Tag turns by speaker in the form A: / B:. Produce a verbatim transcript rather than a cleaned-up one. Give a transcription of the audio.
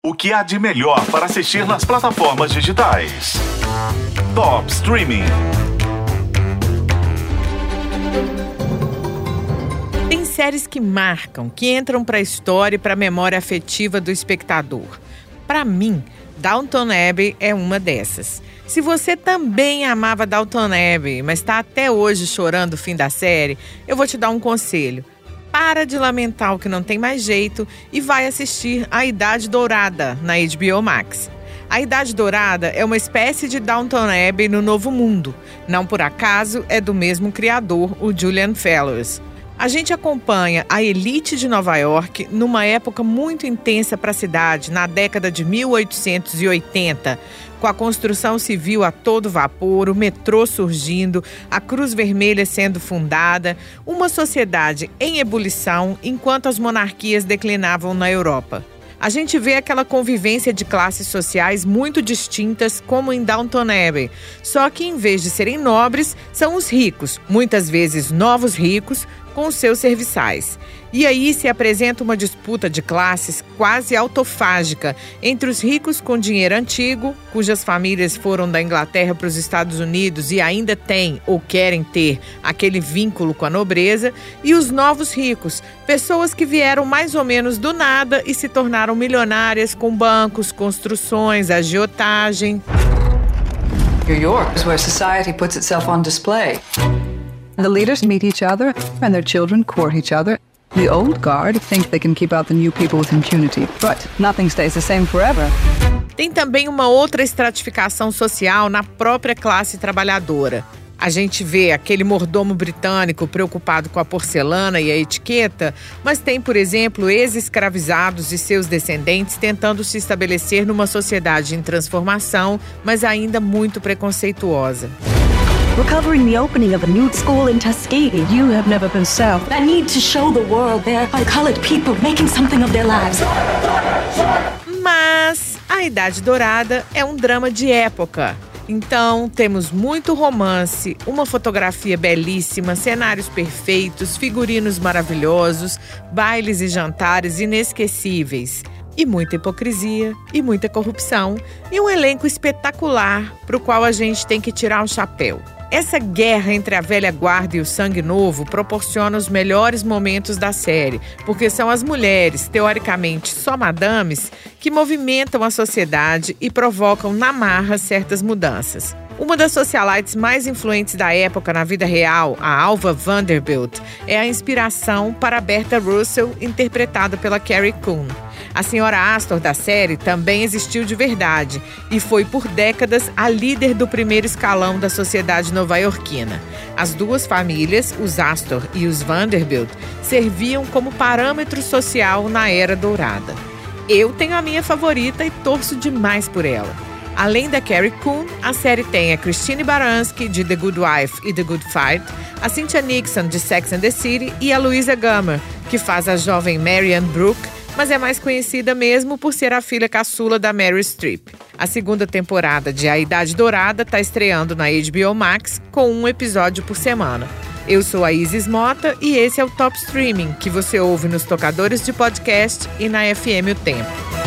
A: O que há de melhor para assistir nas plataformas digitais? Top Streaming.
B: Tem séries que marcam, que entram para a história e para a memória afetiva do espectador. Para mim, Downton Abbey é uma dessas. Se você também amava Downton Abbey, mas está até hoje chorando o fim da série, eu vou te dar um conselho. Para de lamentar o que não tem mais jeito e vai assistir A Idade Dourada na H B O Max. A Idade Dourada é uma espécie de Downton Abbey no Novo Mundo. Não por acaso é do mesmo criador, o Julian Fellowes. A gente acompanha a elite de Nova York numa época muito intensa para a cidade, na década de mil oitocentos e oitenta, com a construção civil a todo vapor, o metrô surgindo, a Cruz Vermelha sendo fundada, uma sociedade em ebulição enquanto as monarquias declinavam na Europa. A gente vê aquela convivência de classes sociais muito distintas como em Downton Abbey, só que em vez de serem nobres, são os ricos, muitas vezes novos ricos, com os seus serviçais. E aí se apresenta uma disputa de classes quase autofágica entre os ricos com dinheiro antigo, cujas famílias foram da Inglaterra para os Estados Unidos e ainda têm ou querem ter aquele vínculo com a nobreza, e os novos ricos, pessoas que vieram mais ou menos do nada e se tornaram milionárias com bancos, construções, agiotagem.
C: New York is where society puts itself on display.
D: The leaders meet each other and their children court each other. The old guard think they can keep out the new people with impunity, but nothing stays the same forever.
B: Tem também uma outra estratificação social na própria classe trabalhadora. A gente vê aquele mordomo britânico preocupado com a porcelana e a etiqueta, mas tem, por exemplo, ex-escravizados e seus descendentes tentando se estabelecer numa sociedade em transformação, mas ainda muito preconceituosa.
E: Recovering the opening of a new school in Tuskegee. You have never been south. I need to show the world there are colored people making something of their lives.
B: Mas A Idade Dourada é um drama de época. Então, temos muito romance, uma fotografia belíssima, cenários perfeitos, figurinos maravilhosos, bailes e jantares inesquecíveis. E muita hipocrisia, e muita corrupção, e um elenco espetacular para o qual a gente tem que tirar o chapéu. Essa guerra entre a velha guarda e o sangue novo proporciona os melhores momentos da série, porque são as mulheres, teoricamente só madames, que movimentam a sociedade e provocam na marra certas mudanças. Uma das socialites mais influentes da época na vida real, a Alva Vanderbilt, é a inspiração para Bertha Russell, interpretada pela Carrie Coon. A senhora Astor da série também existiu de verdade e foi por décadas a líder do primeiro escalão da sociedade nova-iorquina. As duas famílias, os Astor e os Vanderbilt, serviam como parâmetro social na Era Dourada. Eu tenho a minha favorita e torço demais por ela. Além da Carrie Coon, a série tem a Christine Baranski, de The Good Wife e The Good Fight, a Cynthia Nixon, de Sex and the City, e a Louisa Gummer, que faz a jovem Marianne Brooke, mas é mais conhecida mesmo por ser a filha caçula da Meryl Streep. A segunda temporada de A Idade Dourada está estreando na H B O Max com um episódio por semana. Eu sou a Isis Mota e esse é o Top Streaming, que você ouve nos tocadores de podcast e na F M O Tempo.